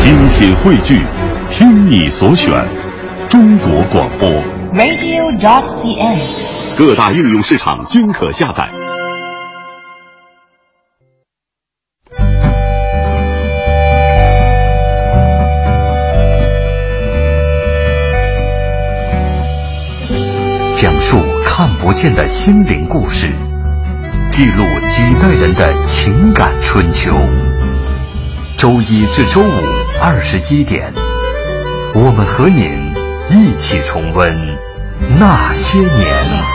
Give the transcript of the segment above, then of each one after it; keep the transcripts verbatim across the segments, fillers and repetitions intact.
精品汇聚，听你所选，中国广播 radio dot c n， 各大应用市场均可下载。讲述看不见的心灵故事，记录几代人的情感春秋。周一至周五二十一点，我们和您一起重温那些年。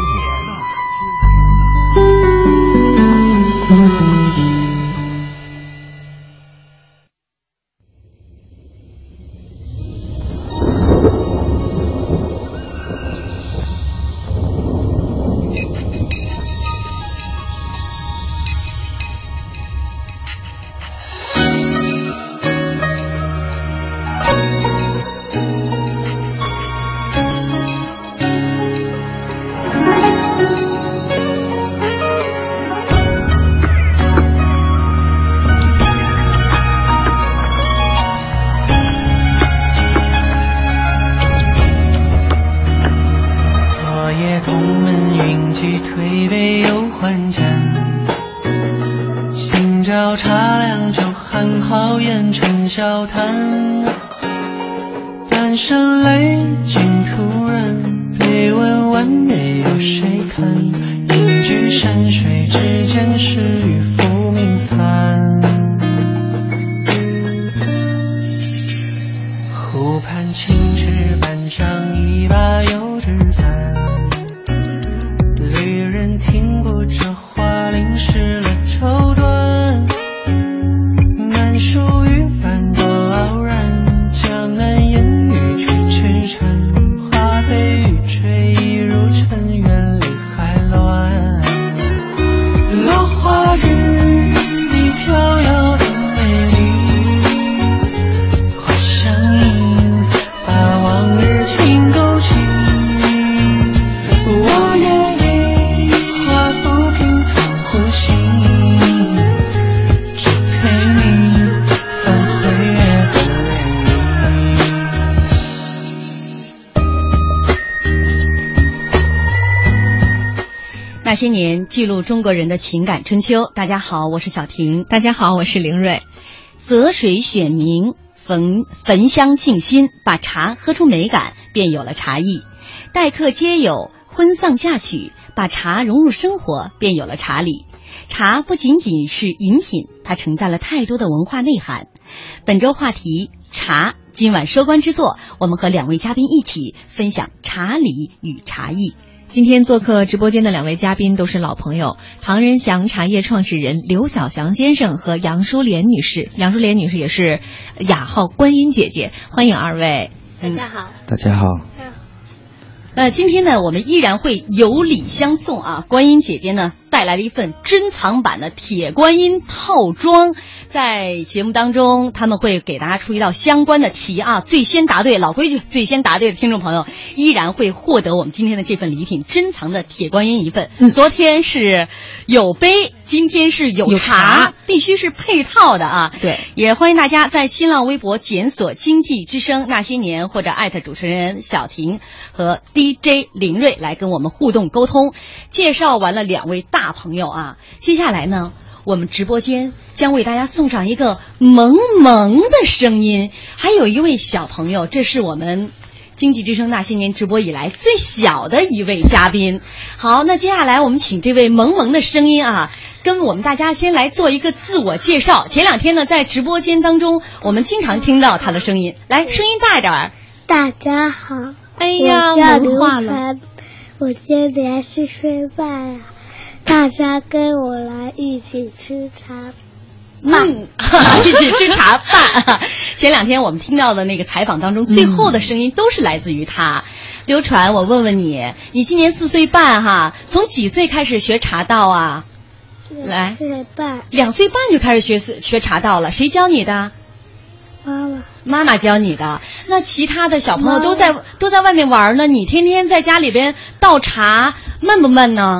那些年，记录中国人的情感春秋。大家好，我是小婷。 大家好，我是凌瑞。 择水选茗，焚焚香沁心，把茶喝出美感，便有了茶艺。待客皆友，婚丧嫁娶，把茶融入生活，便有了茶礼。茶不仅仅是饮品，它承载了太多的文化内涵。本周话题茶，今晚收官之作，我们和两位嘉宾一起分享茶礼与茶艺。 今天做客直播间的两位嘉宾都是老朋友，唐人祥茶叶创始人刘小祥先生和杨淑莲女士。杨淑莲女士也是雅号观音姐姐，欢迎二位。 大家好。 大家好。 呃，今天呢，我们依然会有礼相送啊。观音姐姐呢带来了一份珍藏版的铁观音套装，在节目当中他们会给大家出一道相关的题啊，最先答对，老规矩，最先答对的听众朋友依然会获得我们今天的这份礼品，珍藏的铁观音一份。嗯，昨天是有杯，今天是有茶，有茶必须是配套的啊。 对， 也欢迎大家在新浪微博检索经济之声那些年，或者艾特主持人小婷和 D J 林瑞来跟我们互动沟通。介绍完了两位大朋友啊，接下来呢，我们直播间将为大家送上一个萌萌的声音，还有一位小朋友，这是我们经济之声那些年直播以来最小的一位嘉宾。好，那接下来我们请这位萌萌的声音啊，跟我们大家先来做一个自我介绍。前两天呢，在直播间当中，我们经常听到他的声音，来，声音大一点。 大家好， 哎呀， 我叫刘传， 我今年四岁半了，大家跟我来一起吃茶。 嗯，一起吃茶饭。前两天我们听到的那个采访当中，最后的声音都是来自于他。刘传，我问问你，你今年四岁半哈，从几岁开始学茶道啊？来， 两岁半。 两岁半就开始学学茶道了，谁教你的？ 妈妈。 妈妈教你的。那其他的小朋友都在都在外面玩呢，你天天在家里边倒茶，闷不闷呢？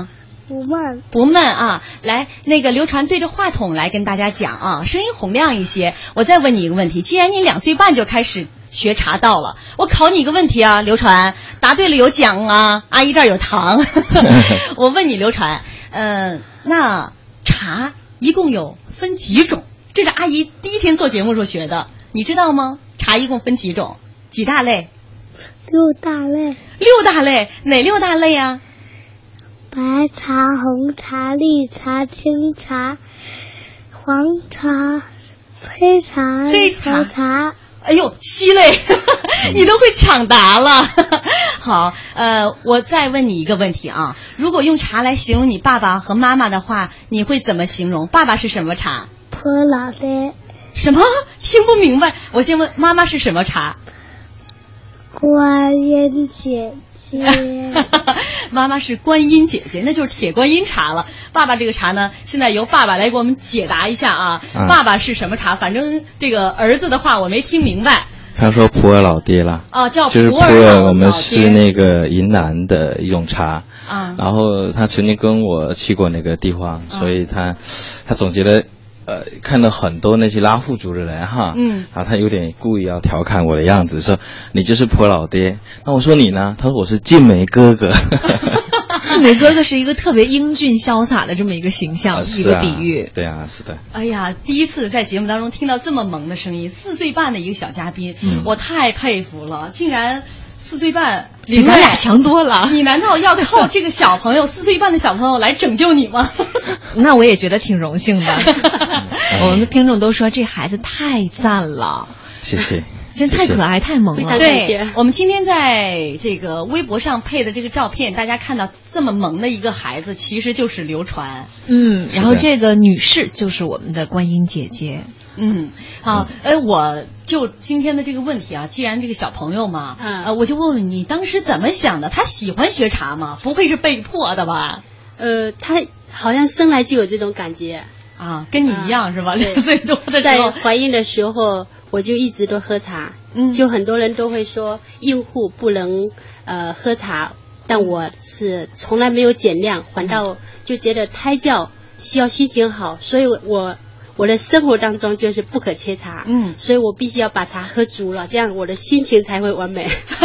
不闷。 不闷啊！来，那个刘传对着话筒来跟大家讲啊，声音洪亮一些。我再问你一个问题，既然你两岁半就开始学茶道了，我考你一个问题啊，刘传，答对了有奖啊，阿姨这儿有糖。我问你，刘传，呃，那茶一共有分几种？这是阿姨第一天做节目时候学的，你知道吗？茶一共分几种？几大类？ 六大类。 六大类，哪六大类啊？ 白茶、红茶、绿茶、青茶、黄茶、黑茶、 黑茶茶。 哎呦，七类，你都会抢答了。好，呃，我再问你一个问题啊，如果用茶来形容你爸爸和妈妈的话，你会怎么形容？爸爸是什么茶？ 婆老爹。 什么？听不明白。我先问妈妈是什么茶？ 观音姐姐。 妈妈是观音姐姐，那就是铁观音茶了。爸爸这个茶呢，现在由爸爸来给我们解答一下啊。嗯、爸爸是什么茶？反正这个儿子的话我没听明白。 他说普洱老爹啦。 哦，叫就是普洱， 我们是那个云南的一种茶。 啊。 然后他曾经跟我去过那个地方，嗯、所以他他总结了。呃，看到很多那些拉富族的人哈， 嗯， 然后他有点故意要调侃我的样子，说你就是普洱老爹。那我说你呢？他说我是静梅哥哥。 静梅哥哥是一个特别英俊潇洒的这么一个形象， 啊、 一个比喻。 对啊，是的。 哎呀，第一次在节目当中听到这么萌的声音，四岁半的一个小嘉宾， 嗯、 我太佩服了，竟然。四岁半， 比咱俩强多了。 你难道要靠这个小朋友，四岁半的小朋友来拯救你吗？ 那我也觉得挺荣幸的。我们的听众都说这孩子太赞了， 谢谢， 真太可爱，太萌了。 对，我们今天在这个微博上配的这个照片，大家看到这么萌的一个孩子，其实就是刘传。 嗯，然后这个女士就是我们的观音姐姐。 嗯，好，哎，我就今天的这个问题啊，既然这个小朋友嘛， 嗯， 呃，我就问问你，当时怎么想的？他喜欢学茶吗？不会是被迫的吧？ 呃，他好像生来就有这种感觉啊，跟你一样、嗯、是吧？两岁多的时候， 在怀孕的时候，我就一直都喝茶。 嗯， 就很多人都会说孕妇不能呃喝茶，但我是从来没有减量，反倒就觉得胎教需要心情好，所以我。我的生活当中就是不可缺茶， 嗯， 所以我必须要把茶喝足了，这样我的心情才会完美。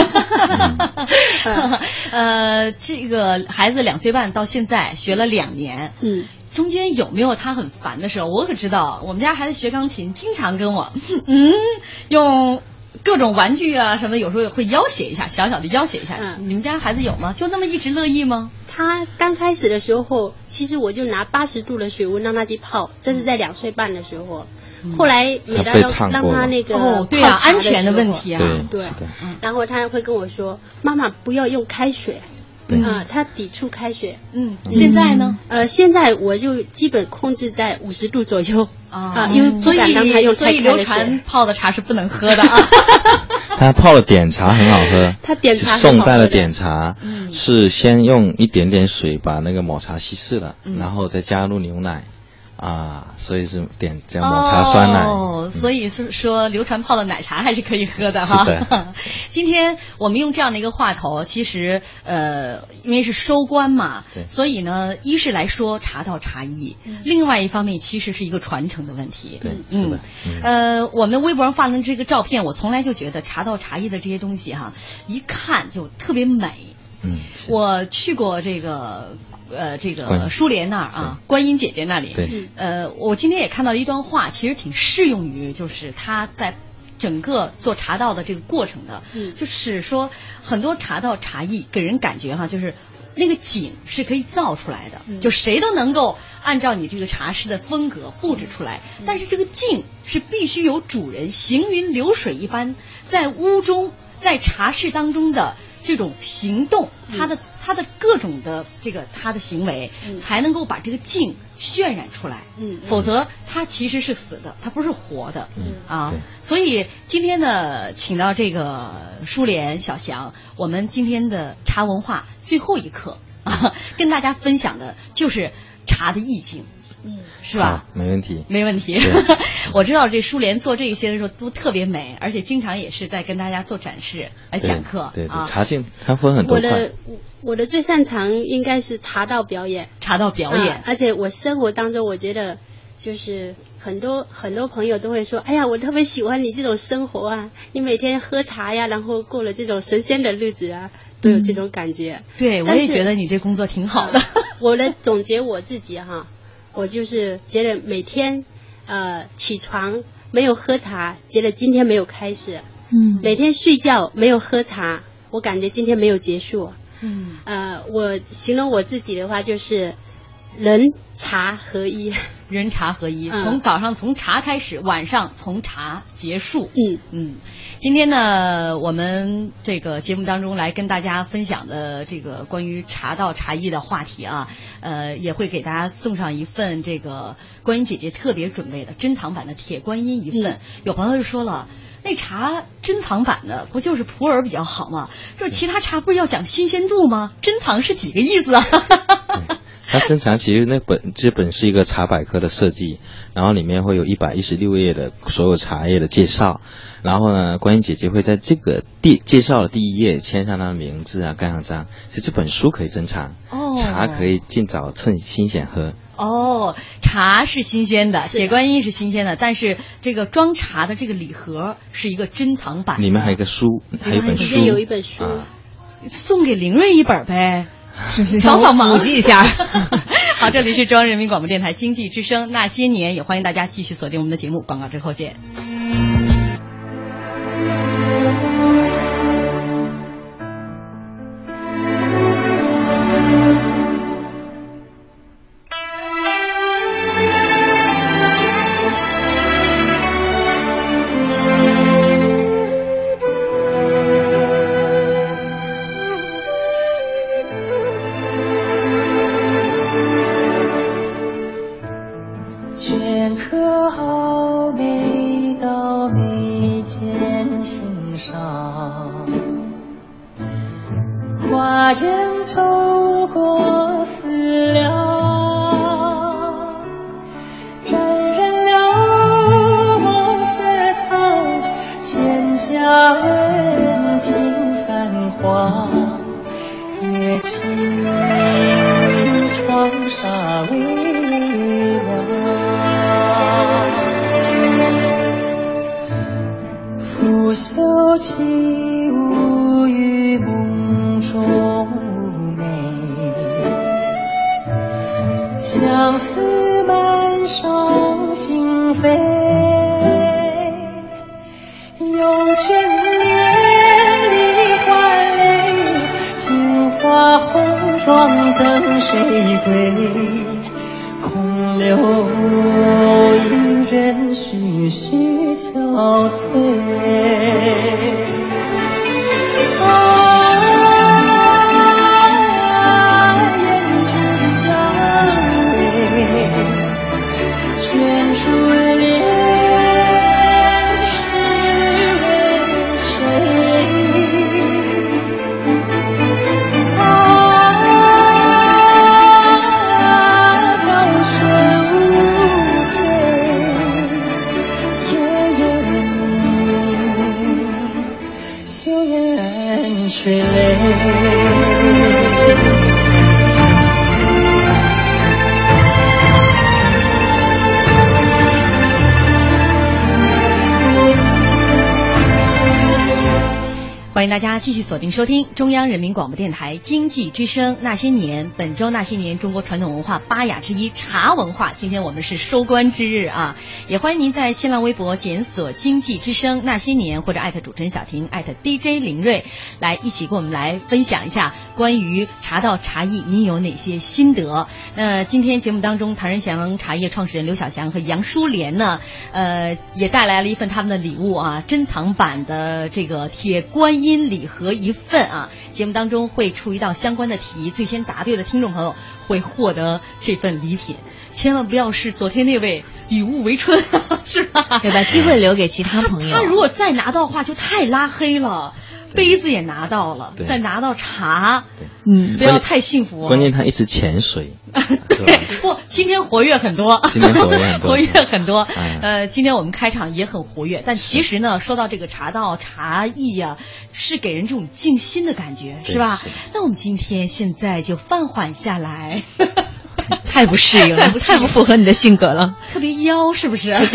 呃，这个孩子两岁半到现在学了两年， 嗯， 中间有没有他很烦的时候？我可知道，我们家孩子学钢琴，经常跟我，嗯，用各种玩具啊什么的，有时候也会要挟一下，小小的要挟一下。 嗯， 你们家孩子有吗？就那么一直乐意吗？ 他刚开始的时候，其实我就拿八十度的水温让他去泡，这是在两岁半的时候。嗯、后来每当要让他那个哦，对啊，安全的问题啊， 对，对嗯、然后他会跟我说：“妈妈不要用开水。”啊、呃，他抵触开水。 嗯，现在呢？ 呃，现在我就基本控制在五十度左右啊、 呃，因为不敢让他用太开的水。 所以流传泡的茶是不能喝的啊。 他泡的点茶很好喝， 他点茶宋代的点茶， 嗯， 是先用一点点水把那个抹茶稀释了， 嗯、 然后再加入牛奶。啊，所以是点这样抹茶酸奶哦， 嗯、 所以是说流传泡的奶茶还是可以喝的哈。 是的。 今天我们用这样的一个话头，其实呃，因为是收官嘛， 对， 所以呢，一是来说茶道茶艺， 嗯、 另外一方面其实是一个传承的问题。 对， 嗯， 是的。 嗯、呃，我们微博上发的这个照片，我从来就觉得茶道茶艺的这些东西哈，一看就特别美。 嗯， 我去过这个。呃，这个书莲那儿啊，观音姐姐那里。 对。 呃，我今天也看到一段话，其实挺适用于就是她在整个做茶道的这个过程的。 嗯。 就是说，很多茶道茶艺给人感觉哈，就是那个景是可以造出来的， 嗯、 就谁都能够按照你这个茶室的风格布置出来。 嗯、 但是这个景是必须有主人行云流水一般，在屋中，在茶室当中的。这种行动，他的他的各种的这个他的行为， 嗯、 才能够把这个境渲染出来。 嗯， 否则他其实是死的，他不是活的。 嗯啊，所以今天呢，请到这个书莲小祥，我们今天的茶文化最后一课啊，跟大家分享的就是茶的意境。 嗯，是吧？ 没问题， 没问题。我知道这淑莲做这些的时候都特别美，而且经常也是在跟大家做展示来讲课。 对 对, 对啊， 茶境它分很多块。 我的我的最擅长应该是茶道表演。 茶道表演， 啊，而且我生活当中，我觉得就是很多很多朋友都会说，哎呀，我特别喜欢你这种生活啊，你每天喝茶呀，然后过了这种神仙的日子啊，都有这种感觉。 嗯、对，我也觉得你这工作挺好的。 呃、我来总结我自己哈，我就是觉得每天呃起床没有喝茶，觉得今天没有开始。嗯。每天睡觉没有喝茶，我感觉今天没有结束。嗯。呃，我形容我自己的话就是人茶合一。 人茶合一， 嗯、 从早上从茶开始，晚上从茶结束。 嗯嗯，今天呢，我们这个节目当中来跟大家分享的这个关于茶道茶艺的话题啊，呃，也会给大家送上一份这个观音姐姐特别准备的珍藏版的铁观音一份。嗯、有朋友就说了，那茶珍藏版的不就是普洱比较好吗？这其他茶不是要讲新鲜度吗？珍藏是几个意思啊？ 它珍藏其实那本这本是一个茶百科的设计，然后里面会有一百一十六页的所有茶叶的介绍，然后呢，观音姐姐会在这个第介绍的第一页签上她的名字啊、盖上章，所以这本书可以珍藏，哦，茶可以尽早趁新鲜喝。 哦，茶是新鲜的，铁观音是新鲜的，但是这个装茶的这个礼盒是一个珍藏版的， 里面还有一个书，还有一本书， 有一本书，啊、 送给凌睿一本呗。 帮帮忙，记一下。 好，这里是中央人民广播电台经济之声，那些年，也欢迎大家继续锁定我们的节目，广告之后见。欢迎大家继续锁定收听中央人民广播电台经济之声那些年，本周那些年中国传统文化八雅之一茶文化，今天我们是收官之日啊！也欢迎您在新浪微博检索经济之声那些年，或者艾特主持人小婷，艾特 D J 凌睿，来一起跟我们来分享一下关于茶道茶艺您有哪些心得。那今天节目当中，唐人祥茶叶创始人刘小祥和杨淑莲呢，呃，也带来了一份他们的礼物啊，珍藏版的这个铁观音礼盒一份啊，节目当中会出一道相关的题，最先答对的听众朋友会获得这份礼品，千万不要是昨天那位雨雾为春，是吧？ 对吧？机会留给其他朋友。 他, 他如果再拿到的话，就太拉黑了。 杯子也拿到了，再拿到茶， 嗯， 不要太幸福、哦。 关键他一直潜水， 对，不，今天活跃很多， 今天活跃很多， 活跃很多。 嗯、 呃，今天我们开场也很活跃，但其实呢，说到这个茶道茶艺呀、啊，是给人这种静心的感觉，是吧？那我们今天现在就放缓下来。 太不适应了，太不符合你的性格了， 特别妖是不是？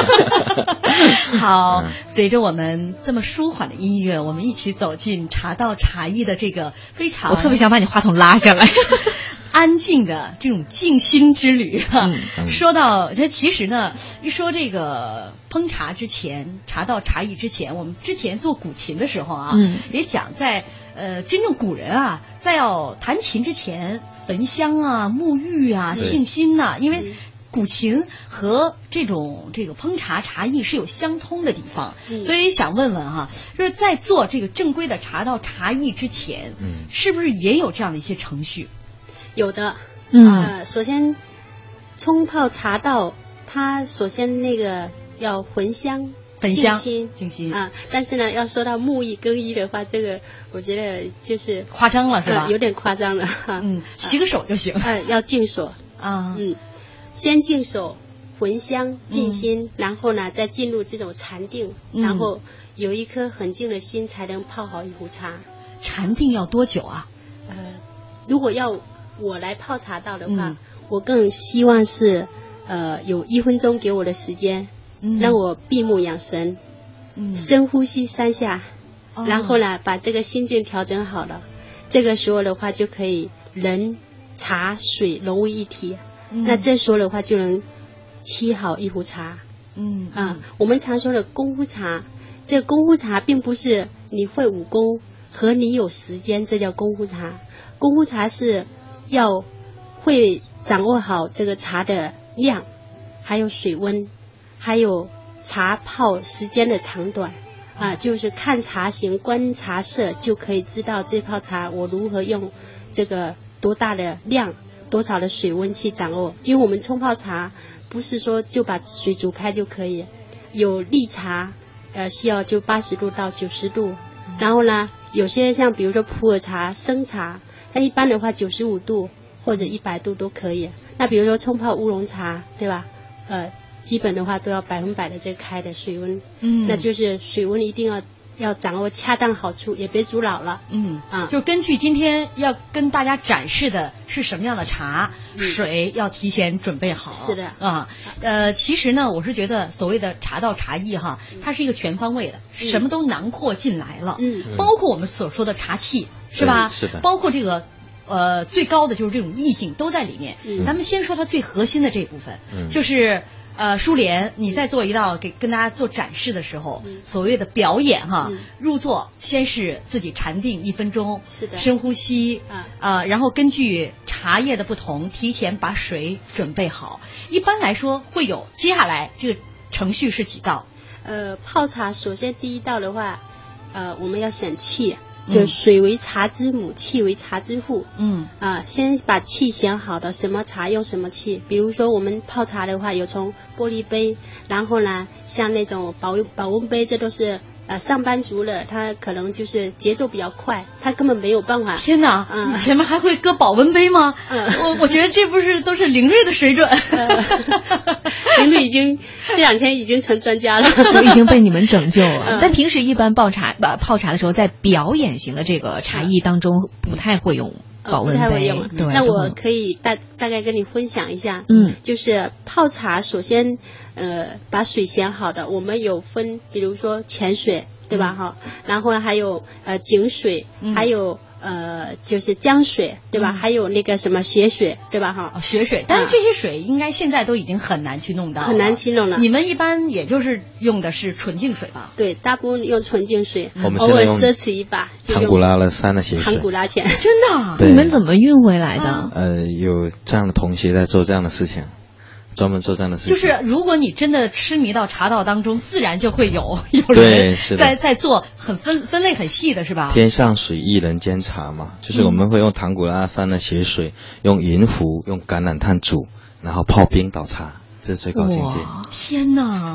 好，随着我们这么舒缓的音乐，我们一起走进茶道茶艺的这个非常， 我特别想把你话筒拉下来。 安静的这种静心之旅啊。 嗯嗯、 说到这，其实呢，一说这个烹茶之前，茶道茶艺之前，我们之前做古琴的时候啊， 嗯、 也讲在呃真正古人啊，在要弹琴之前，焚香啊、沐浴啊、静心呐、啊，因为古琴和这种这个烹茶茶艺是有相通的地方， 嗯、 所以想问问哈、啊，就是在做这个正规的茶道茶艺之前， 嗯， 是不是也有这样的一些程序？ 有的， 嗯、 呃，首先冲泡茶道，它首先那个要焚香、 焚香、 静心、 静心啊。但是呢，要说到沐浴更衣的话，这个我觉得就是夸张了，是吧？ 呃、有点夸张了哈。 嗯，洗个手就行。 呃，要净手啊， 嗯，先净手、焚香、静心，嗯、然后呢，再进入这种禅定， 嗯、 然后有一颗很静的心，才能泡好一壶茶。 禅定要多久啊？ 呃，如果要我来泡茶道的话， 嗯、 我更希望是，呃，有一分钟给我的时间， 嗯、 让我闭目养神， 嗯、 深呼吸三下， 哦、 然后呢，把这个心境调整好了，这个时候的话就可以人、茶、水融为一体， 嗯、 那这时候的话就能沏好一壶茶。 嗯啊，我们常说的功夫茶，这个功夫茶并不是你会武功和你有时间，这叫功夫茶。功夫茶是要会掌握好这个茶的量，还有水温，还有茶泡时间的长短啊，就是看茶型观茶色就可以知道这泡茶我如何用这个多大的量多少的水温去掌握。因为我们冲泡茶不是说就把水煮开就可以，有绿茶呃需要就八十度到九十度，然后呢有些像比如说普洱茶生茶，那一般的话九十五度或者一百度都可以。那比如说冲泡乌龙茶，对吧？呃，基本的话都要百分百的这个开的水温， 嗯， 那就是水温一定要要掌握恰当好处，也别煮老了。 嗯啊， 就根据今天要跟大家展示的是什么样的茶， 嗯、 水要提前准备好。 是的啊，呃，其实呢，我是觉得所谓的茶道茶艺哈，它是一个全方位的， 嗯、 什么都囊括进来了。 嗯， 包括我们所说的茶器，是吧？ 是的。 包括这个。呃，最高的就是这种意境都在里面。 嗯， 咱们先说它最核心的这部分， 嗯， 就是呃，梳帘，你在做一道给跟大家做展示的时候， 嗯、 所谓的表演哈， 嗯、 入座先是自己禅定一分钟， 是的， 深呼吸， 啊、 呃，然后根据茶叶的不同，提前把水准备好。一般来说会有接下来这个程序是几道？ 呃，泡茶首先第一道的话，呃，我们要选气。就水为茶之母，气为茶之父。 嗯啊，先把气选好了，什么茶用什么气。比如说我们泡茶的话，有从玻璃杯，然后呢，像那种保保温杯，这都是呃上班族了，他可能就是节奏比较快，他根本没有办法。 天哪， 嗯、 你前面还会搁保温杯吗？ 嗯， 我我觉得这不是都是凌睿的水准。 凌睿已经这两天已经成专家了， 我已经被你们拯救了。 嗯、 但平时一般泡茶把泡茶的时候，在表演型的这个茶艺当中，不太会用保温杯。 呃、不太会用。 对， 那我可以大大概跟你分享一下。 嗯， 就是泡茶，首先呃把水选好的，我们有分，比如说泉水，对吧？哈、嗯，然后还有呃井水， 嗯、 还有。呃，就是江水，对吧？ 嗯、 还有那个什么雪水，对吧？哈、 哦，雪水，但是这些水应该现在都已经很难去弄到了， 很难去弄了。 你们一般也就是用的是纯净水吧？ 对，大部分用纯净水， 嗯、 偶尔奢侈一把， 唐古拉勒山的雪水。 唐古拉泉， 真的、啊？ 你们怎么运回来的？ 啊、 呃，有这样的同学在做这样的事情。专门做这样的事情， 就是如果你真的痴迷到茶道当中，自然就会有有人在在做很分分类很细的是吧？ 天上水艺人间茶嘛，就是我们会用唐古拉山的雪水，用银壶，用橄榄炭煮，然后泡冰倒茶，这是最高境界。 天哪！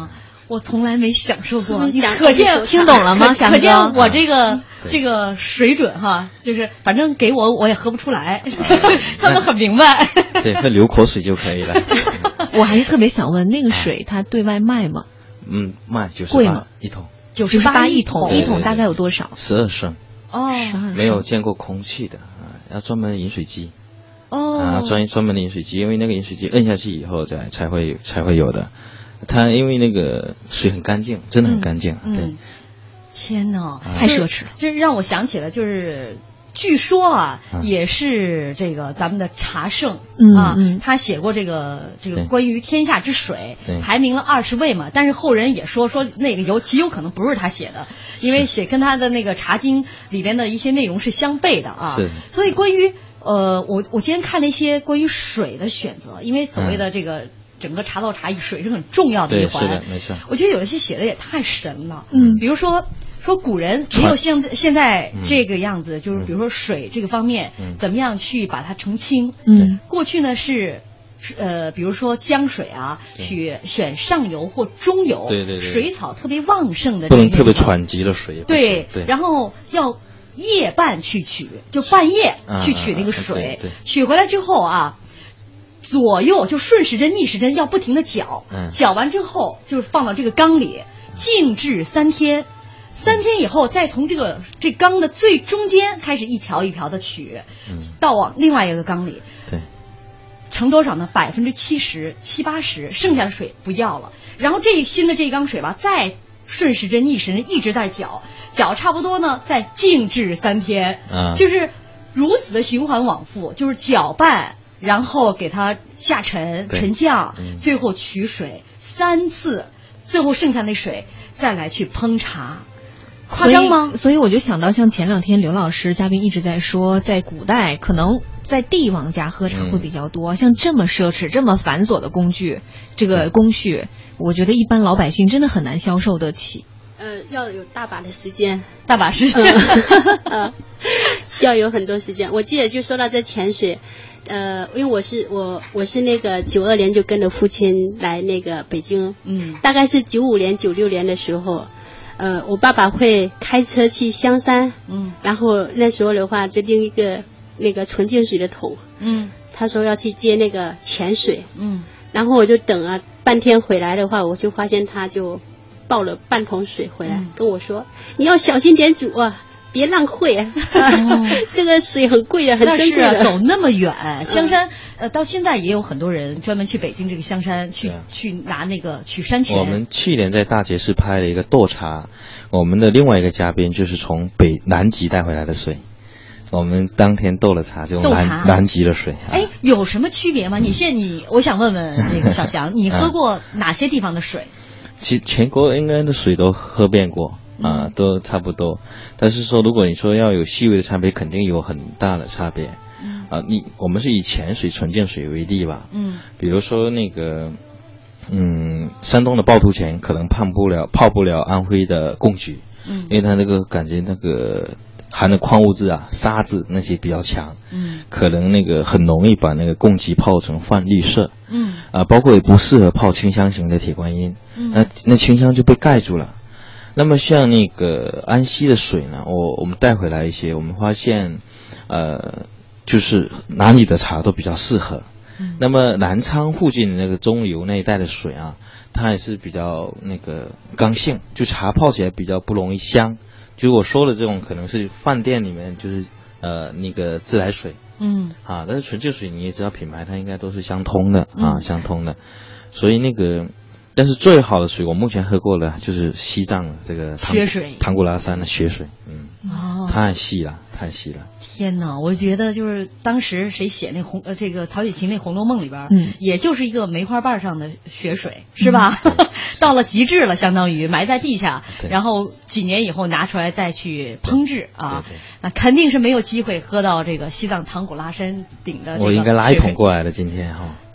我从来没享受过， 你想可见听懂了吗？ 可见我这个、 嗯、 这个水准哈，就是反正给我我也喝不出来，他们很明白。 对，会流口水就可以了。 我还是特别想问，那个水它对外卖吗？ 嗯，卖九十贵吗？ 一桶， 九十八一桶，一桶大概有多少？ 十二升。 哦， 没有见过空气的啊，要专门的饮水机。 哦， 啊，专专门的饮水机，因为那个饮水机摁下去以后才才会才会有的。它因为那个水很干净，真的很干净。 嗯、 对， 嗯，天哪， 太奢侈了！ 这让我想起了，就是据说啊，嗯、也是这个咱们的茶圣、 嗯、 啊， 嗯、 他写过这个这个关于天下之水，排名了二十位嘛。但是后人也说说那个有极有可能不是他写的，因为写跟他的那个《茶经》里边的一些内容是相悖的啊。 是， 所以关于呃，我我今天看了一些关于水的选择，因为所谓的这个。嗯整个茶道茶艺，水是很重要的一环。 对，是的，没错。 我觉得有一些写的也太神了。 嗯， 比如说说古人没有像现在这个样子，嗯、就是比如说水这个方面，嗯、怎么样去把它澄清。 嗯， 过去呢是。呃，比如说江水啊，去选上游或中游， 对对对， 水草特别旺盛的， 不能特别湍急的水。 对对， 然后要夜半去取，就半夜去取那个水， 啊、对对取回来之后啊。左右就顺时针逆时针要不停的搅， 嗯、 搅完之后就是放到这个缸里静置三天，三天以后再从这个这缸的最中间开始一瓢一瓢的取， 嗯、 倒往另外一个缸里， 对， 盛多少呢？百分之七十七八十，剩下的水不要了，然后这新的这一缸水吧，再顺时针逆时针一直在搅，搅差不多呢，再静置三天， 嗯、 就是如此的循环往复，就是搅拌。然后给它下沉沉降， 嗯、 最后取水三次，最后剩下那水再来去烹茶，夸张吗？ 所以，所以我就想到，像前两天刘老师嘉宾一直在说，在古代可能在帝王家喝茶会比较多，嗯、像这么奢侈、这么繁琐的工具，这个工序，我觉得一般老百姓真的很难消受得起。 呃，要有大把的时间， 大把时间， 呃，需要有很多时间。我记得就说到这潜水。呃，因为我是我我是那个九二年就跟着父亲来那个北京， 嗯， 大概是九五年九六年的时候，呃，我爸爸会开车去香山， 嗯， 然后那时候的话就拎一个那个纯净水的桶， 嗯， 他说要去接那个泉水， 嗯， 然后我就等啊半天回来的话，我就发现他就抱了半桶水回来， 嗯、 跟我说你要小心点煮啊。别浪费啊！哦、这个水很贵的，很珍贵的。 那是啊，走那么远，香山、嗯、呃，到现在也有很多人专门去北京这个香山去、啊、去拿那个取山泉。 我们去年在大结市拍了一个斗茶，我们的另外一个嘉宾就是从北南极带回来的水，我们当天斗了茶，就用南南极的水。 哎、啊，有什么区别吗？你现在你，我想问问那个小翔，你喝过哪些地方的水？ 其实全国应该的水都喝遍过。啊，都差不多，但是说，如果你说要有细微的差别，肯定有很大的差别。 嗯、 啊，你我们是以泉水、纯净水为例吧。 嗯。 比如说那个，嗯，山东的趵突泉可能泡不了泡不了安徽的贡菊。 嗯。 因为它那个感觉那个含的矿物质啊、沙子那些比较强。 嗯。 可能那个很容易把那个贡菊泡成泛绿色。 嗯。 啊，包括也不适合泡清香型的铁观音。 嗯。 那那清香就被盖住了。那么像那个安溪的水呢，我我们带回来一些，我们发现，呃，就是哪里的茶都比较适合。 嗯、 那么南昌附近的那个中游那一带的水啊，它也是比较那个刚性，就茶泡起来比较不容易香。就我说的这种，可能是饭店里面就是呃那个自来水。 嗯。 啊，但是纯净水你也知道品牌，它应该都是相通的啊， 嗯、 相通的。所以那个。但是最好的水，我目前喝过的就是西藏的这个雪水， 唐古拉山的雪水，嗯， 哦， 太细了，太细了。 天哪，我觉得就是当时谁写那红呃这个曹雪芹那《红楼梦》里边， 嗯， 也就是一个梅花瓣上的雪水，是吧？嗯、到了极致了，相当于埋在地下，然后几年以后拿出来再去烹制啊，那肯定是没有机会喝到这个西藏唐古拉山顶的。 我应该拉一桶过来了，今天哈。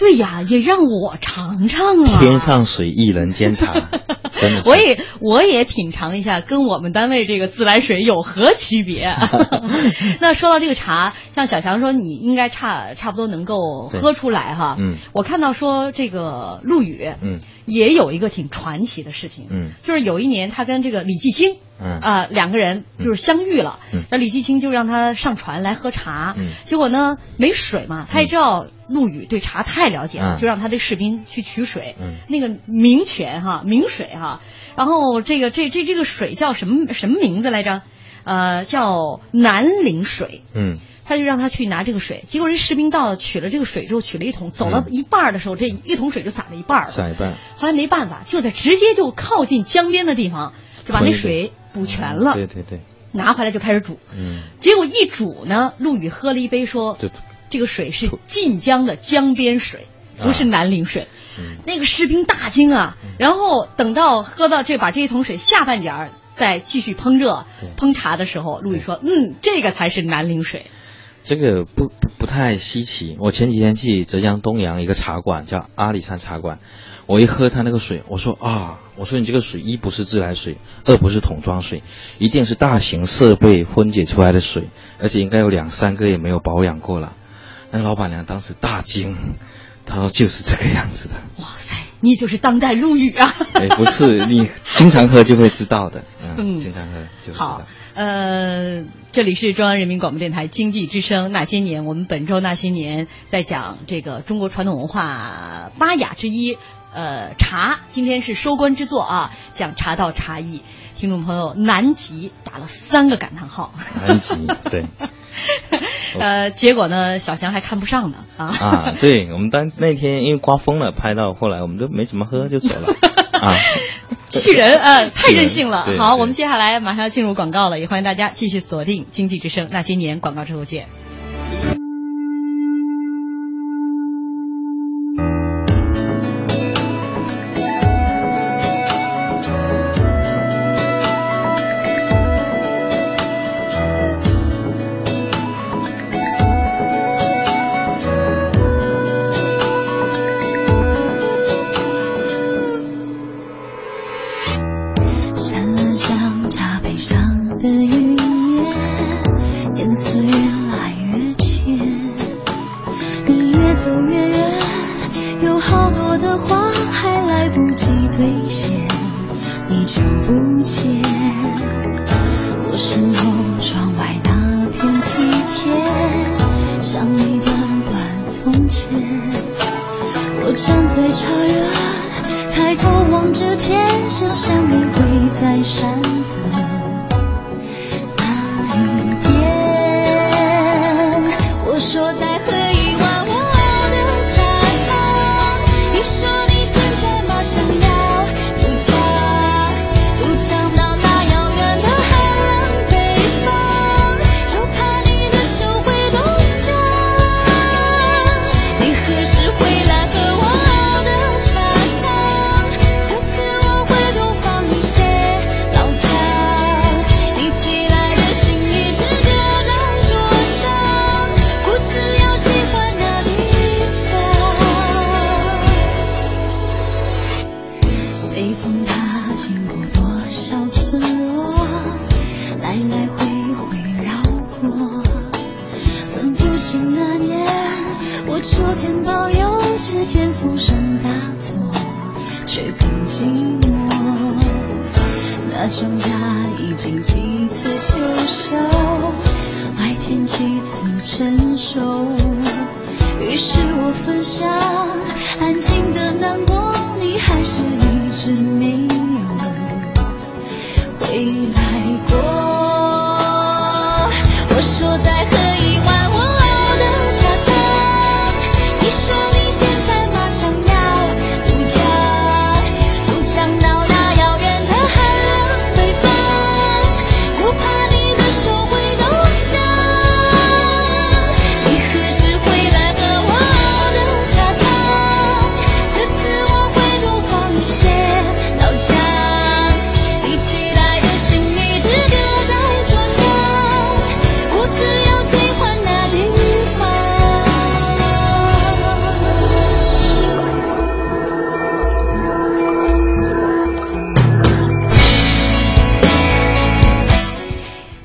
对呀，也让我尝尝啊！ 天上水一人间茶，真的是。 我也我也品尝一下，跟我们单位这个自来水有何区别？那说到这个茶，像小强说，你应该差差不多能够喝出来哈。 嗯， 我看到说这个陆羽， 嗯， 也有一个挺传奇的事情， 嗯， 就是有一年他跟这个李继清。 嗯啊、呃，两个人就是相遇了， 嗯， 那李继清就让他上船来喝茶， 嗯， 结果呢没水嘛，他也知道陆羽对茶太了解了， 嗯、 就让他这士兵去取水， 嗯， 那个明泉哈，明水哈，然后这个这这这个水叫什么什么名字来着？呃，叫南陵水， 嗯。 他就让他去拿这个水，结果这士兵到了取了这个水之后，取了一桶，走了一半的时候，嗯、这一桶水就洒了一半了。 洒一半。 后来没办法，就在直接就靠近江边的地方，就把那水补全了。 嗯、对对对。 拿回来就开始煮。 嗯。 结果一煮呢，陆羽喝了一杯，说：“ 对， 这个水是晋江的江边水，不是南陵水。啊”嗯。那个士兵大惊啊！然后等到喝到这把这一桶水下半截儿，再继续烹热烹茶的时候，陆羽说：“嗯，这个才是南陵水。” 这个不不不太稀奇。我前几天去浙江东阳一个茶馆，叫阿里山茶馆，我一喝他那个水，我说啊，我说你这个水一不是自来水，二不是桶装水，一定是大型设备分解出来的水，而且应该有两三个月没有保养过了。那老板娘当时大惊，她说就是这个样子的。 哇塞，你就是当代陆羽啊！ 哎，不是，你经常喝就会知道的，嗯，嗯经常喝就知道。 好。呃，这里是中央人民广播电台经济之声那些年，我们本周那些年在讲这个中国传统文化八雅之一，呃，茶。今天是收官之作啊，讲茶道茶艺。听众朋友，南极打了三个感叹号。 南极，对。 呃，结果呢，小翔还看不上呢啊。 啊，对，我们当那天因为刮风了，拍到后来我们都没怎么喝就走了啊。 气人啊、呃，太任性了。好， 对对我们接下来马上要进入广告了，也欢迎大家继续锁定经济之声那些年，广告之后见。 这次我会多放一些，老家，你期待的心一直跟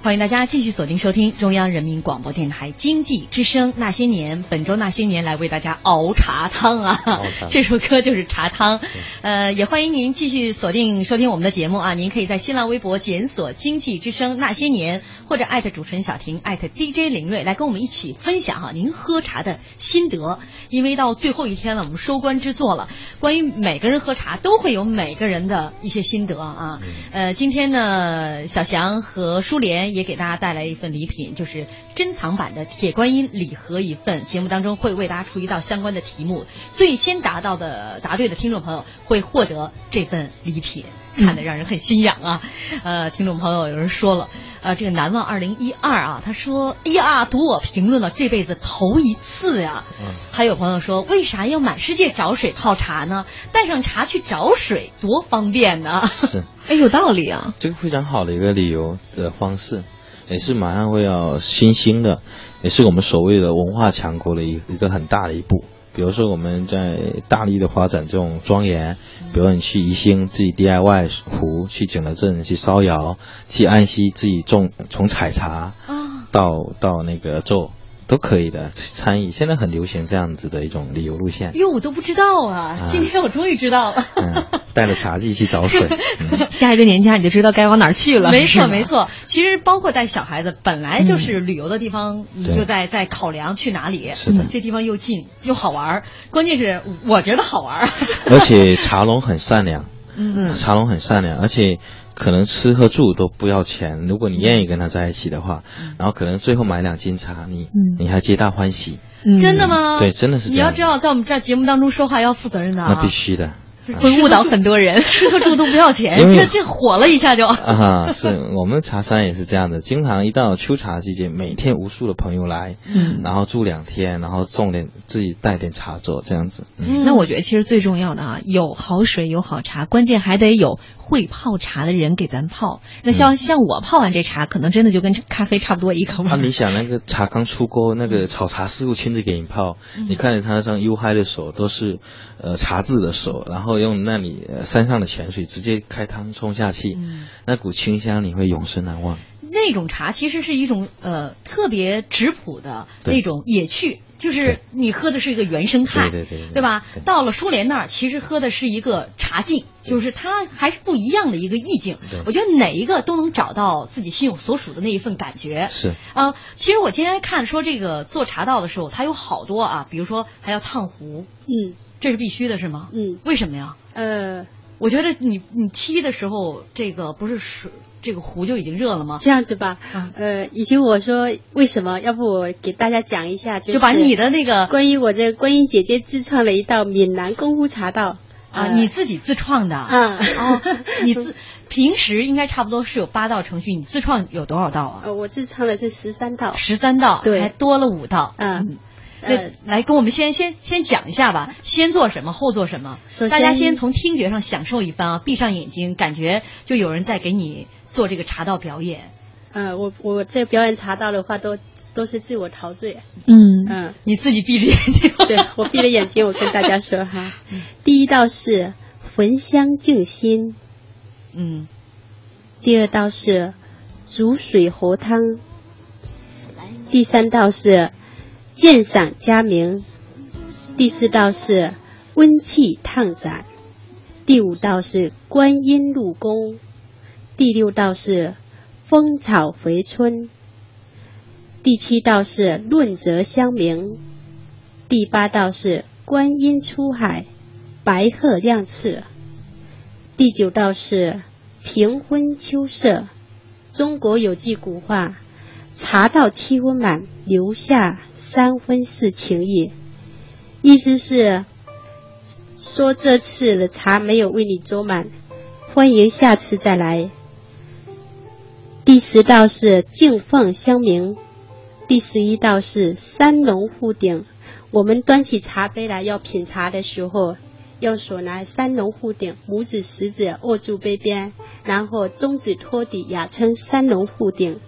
欢迎大家继续锁定收听中央人民广播电台经济之声那些年，本周那些年来为大家熬茶汤啊，这首歌就是茶汤。呃，也欢迎您继续锁定收听我们的节目啊，您可以在新浪微博检索经济之声那些年，或者艾特主持人小婷，艾特 D J 林睿，来跟我们一起分享哈、啊、您喝茶的心得。因为到最后一天了，我们收官之作了，关于每个人喝茶都会有每个人的一些心得啊。呃，今天呢，小翔和舒莲也给大家带来一份礼品，就是珍藏版的铁观音礼盒一份。节目当中会为大家出一道相关的题目，最先答到的答对的听众朋友会获得这份礼品，看得让人很心痒啊。呃，听众朋友有人说了，呃，这个难忘二零一二啊，他说，哎呀，读我评论了，这辈子头一次呀。嗯、还有朋友说，为啥要满世界找水泡茶呢？带上茶去找水，多方便呢。 是， 哎，有道理啊， 这个非常好的一个旅游的方式。也是马上会要新兴的，也是我们所谓的文化强国的一一个很大的一步。比如说我们在大力的发展这种庄园，比如你去宜兴自己 D I Y 壶，去景德镇去烧窑，去安溪自己种从采茶到到那个做都可以的参与。现在很流行这样子的一种旅游路线。 哟，我都不知道啊，啊今天我终于知道了。嗯， 带着茶具去找水。嗯、 下一个年假你就知道该往哪儿去了。 没错没错，其实包括带小孩子，本来就是旅游的地方，你、嗯、就在在考量去哪里。 是的， 这地方又近又好玩，关键是我觉得好玩。 而且茶农很善良， 嗯， 茶农很善良，而且可能吃喝住都不要钱，如果你愿意跟他在一起的话，嗯、然后可能最后买两斤茶，你、嗯、你还皆大欢喜。 嗯、真的吗？ 对，真的是这样。 你要知道，在我们这节目当中说话要负责任的啊。 那必须的。 会误导很多人，吃喝住都不要钱，这这火了一下就啊！是我们茶山也是这样的，经常一到秋茶季节，每天无数的朋友来，嗯，然后住两天，然后种点自己带点茶做这样子。 嗯，那我觉得其实最重要的啊，有好水有好茶，关键还得有会泡茶的人给咱泡。那像、嗯、像我泡完这茶，可能真的就跟咖啡差不多一口味。 啊，你想那个茶刚出锅，那个炒茶师傅亲自给你泡，嗯、你看着他那双黝嗨的手，都是呃茶渍的手，然后用那里、呃、山上的泉水直接开汤冲下去，嗯、那股清香你会永生难忘。 那种茶其实是一种呃特别质朴的那种野趣，就是你喝的是一个原生态， 对对 对, 对, 对吧？对，到了舒莲那儿，其实喝的是一个茶境，就是它还是不一样的一个意境。我觉得哪一个都能找到自己心有所属的那一份感觉。 是啊、呃，其实我今天看说这个做茶道的时候，它有好多啊，比如说还要烫壶， 嗯， 这是必须的是吗？ 嗯， 为什么呀？ 呃， 我觉得你你沏的时候，这个不是水。这个壶就已经热了吗？ 这样子吧，嗯、呃，以及我说为什么，要不我给大家讲一下，就是就把你的那个关于我的观音姐姐自创了一道闽南功夫茶道啊、呃，你自己自创的啊？ 哦，你自平时应该差不多是有八道程序，你自创有多少道啊？ 呃，我自创的是十三道， 十三道， 对， 还多了五道， 嗯。 那、呃、来跟我们先先先讲一下吧，先做什么，后做什么？大家先从听觉上享受一番啊，闭上眼睛，感觉就有人在给你做这个茶道表演。 呃，我我这表演茶道的话，都都是自我陶醉。 嗯嗯， 你自己闭着眼睛。 对，我闭着眼睛，我跟大家说哈，第一道是焚香静心， 嗯， 第二道是煮水喉汤，第三道是鉴赏佳茗，第四道是温气烫盏，第五道是观音入宫，第六道是风草回春，第七道是润泽香茗，第八道是观音出海，白鹤亮翅，第九道是平昏秋色。中国有句古话，茶到七分满，留下三分是情意，意思是说这次的茶没有为你斟满，欢迎下次再来。第十道是敬奉香茗，第十一道是三龙护顶。我们端起茶杯来要品茶的时候，用手拿三龙护顶，拇指食指握住杯边，然后中指托底，雅称三龙护顶。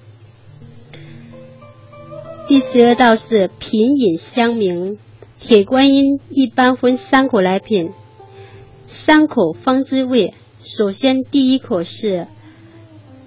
第十二道是品饮香茗，铁观音一般分三口来品，三口方知味。首先第一口是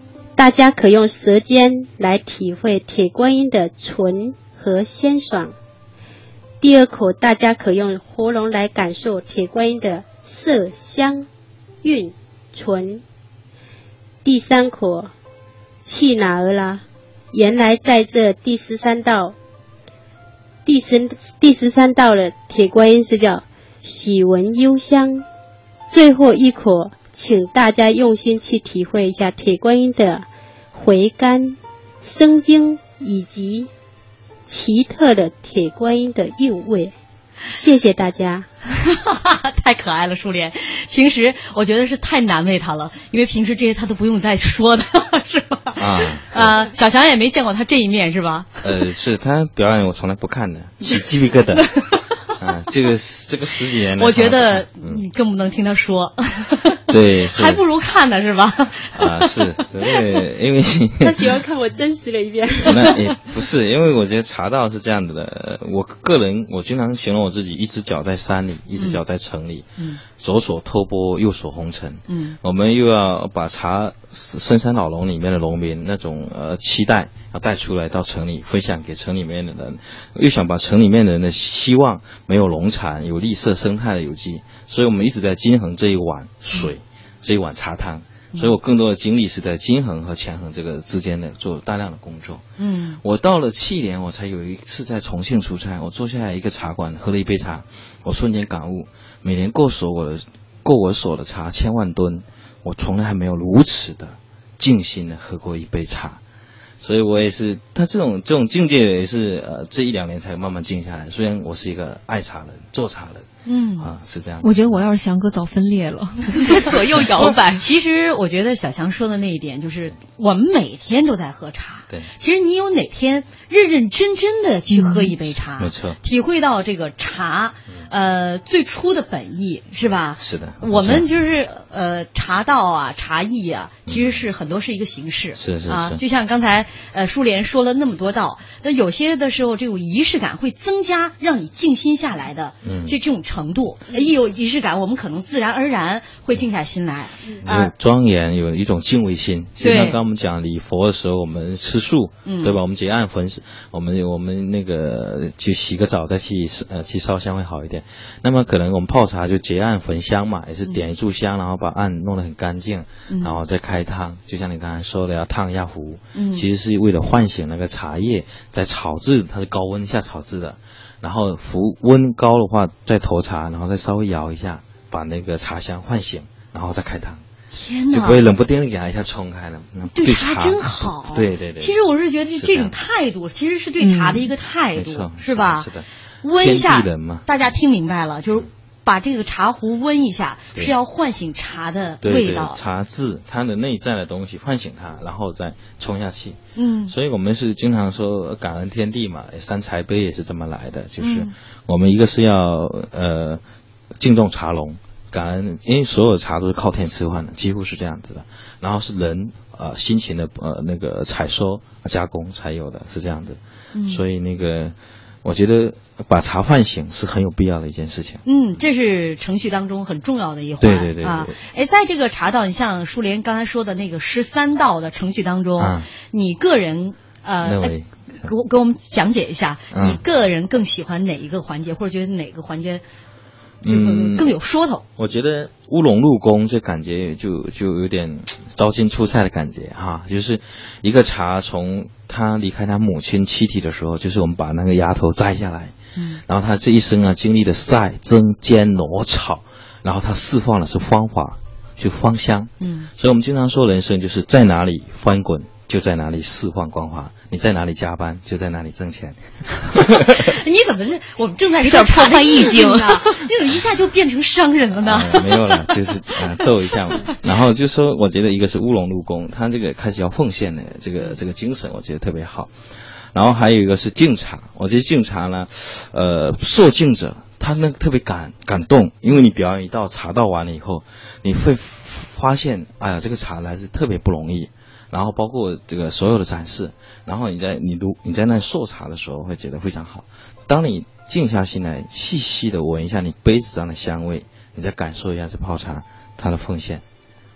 大家可用舌尖来体会铁观音的醇和鲜爽。第二口，大家可用喉咙来感受铁观音的色香韵醇。第三口，气哪儿啦？原来在这第十三道，第十第十三道的铁观音是叫喜闻幽香。最后一口，请大家用心去体会一下铁观音的回甘、生津以及奇特的铁观音的韵味。谢谢大家。 太可爱了，淑莲。平时我觉得是太难为他了，因为平时这些他都不用再说的，是吧？啊，呃，小翔也没见过他这一面，是吧？ 呃，是他表演我从来不看的，起鸡皮疙瘩。啊，这个这个十几年来， 我觉得你更不能听他说。 对， 还不如看呢，是吧？ 啊，是，对，因为他喜欢看我真实的一面。 那也不是，因为我觉得茶道是这样子的。我个人，我经常形容我自己，一只脚在山里，一只脚在城里，嗯，左手托钵，右手红尘，嗯，我们又要把茶深山老农里面的农民那种呃期待要带出来到城里，分享给城里面的人，又想把城里面的人的希望，没有农产，有绿色生态的有机，所以我们一直在均衡这一碗水。这一碗茶汤，所以我更多的精力是在均衡和权衡这个之间的做大量的工作。嗯，我到了七年，我才有一次在重庆出差，我坐下来一个茶馆，喝了一杯茶，我瞬间感悟，每年过手我的过我手的茶千万吨，我从来还没有如此的静心的喝过一杯茶。所以我也是，他这种这种境界也是呃这一两年才慢慢静下来。虽然我是一个爱茶人、做茶人，嗯啊是这样。 我觉得我要是翔哥早分裂了， 左右摇摆。其实我觉得小翔说的那一点就是，我们每天都在喝茶。 对， 其实你有哪天认认真真的去喝一杯茶， 嗯、没错， 体会到这个茶，呃最初的本意是吧？ 是的， 我们就是呃茶道啊、茶艺啊，其实是很多是一个形式， 是是是啊，就像刚才。呃，淑莲说了那么多道，那有些的时候这种仪式感会增加让你静心下来的，嗯，这这种程度，一有仪式感，我们可能自然而然会静下心来， 啊、有庄严，有一种敬畏心。就像刚刚我们讲礼佛的时候，我们吃素，嗯，对吧？我们结案焚，我们我们那个去洗个澡再去呃去烧香会好一点。那么可能我们泡茶就结案焚香嘛，也是点一炷香，然后把案弄得很干净，嗯，然后再开汤，就像你刚才说的要烫一下壶，嗯，其实是为了唤醒那个茶叶，在炒制，它是高温下炒制的，然后壶温高的话再投茶，然后再稍微摇一下，把那个茶香唤醒，然后再开汤。 天哪， 就不会冷不丁的给它一下冲开了。 对茶真好， 对对对。 其实我是觉得这种态度，其实是对茶的一个态度， 嗯、 是吧？ 是的。 温一下，大家听明白了，就是把这个茶壶温一下，是要唤醒茶的味道。 对对，茶质它的内在的东西唤醒它，然后再冲下去。嗯，所以我们是经常说感恩天地嘛，三才杯也是这么来的，就是我们一个是要呃敬重茶农。感恩，因为所有的茶都是靠天吃饭的，几乎是这样子的。然后是人呃辛勤的呃那个采收加工才有的，是这样子。嗯，所以那个我觉得把茶唤醒是很有必要的一件事情。 嗯，这是程序当中很重要的一环。 对对 对, 对啊！哎，在这个茶道，你像淑莲刚才说的那个十三道的程序当中，啊、你个人呃，哎、给我给我们讲解一下，啊、你个人更喜欢哪一个环节，或者觉得哪个环节？嗯，更有说头。 我觉得乌龙入宫这感觉就就有点招进出菜的感觉哈，就是一个茶从他离开他母亲躯体的时候，就是我们把那个芽头摘下来，嗯，然后他这一生啊经历的晒、蒸、煎、挪、炒，然后他释放的是芳华，就芳香，嗯，所以我们经常说人生就是在哪里翻滚。就在哪里释放光华，你在哪里加班，就在哪里挣钱。 你怎么是？我们正在说破坏意境呢，你怎么一下就变成商人了呢？ 呃、没有了，就是呃逗一下嘛。然后就说，我觉得一个是乌龙入宫，他这个开始要奉献的这个这个精神，我觉得特别好。然后还有一个是敬茶，我觉得敬茶呢，呃，受敬者他那个特别感感动，因为你表演一道茶道完了以后，你会发现，哎呀，这个茶来是特别不容易。然后包括这个所有的展示，然后你在你读你在那受茶的时候会觉得非常好。当你静下心来，细细的闻一下你杯子上的香味，你再感受一下这泡茶它的奉献。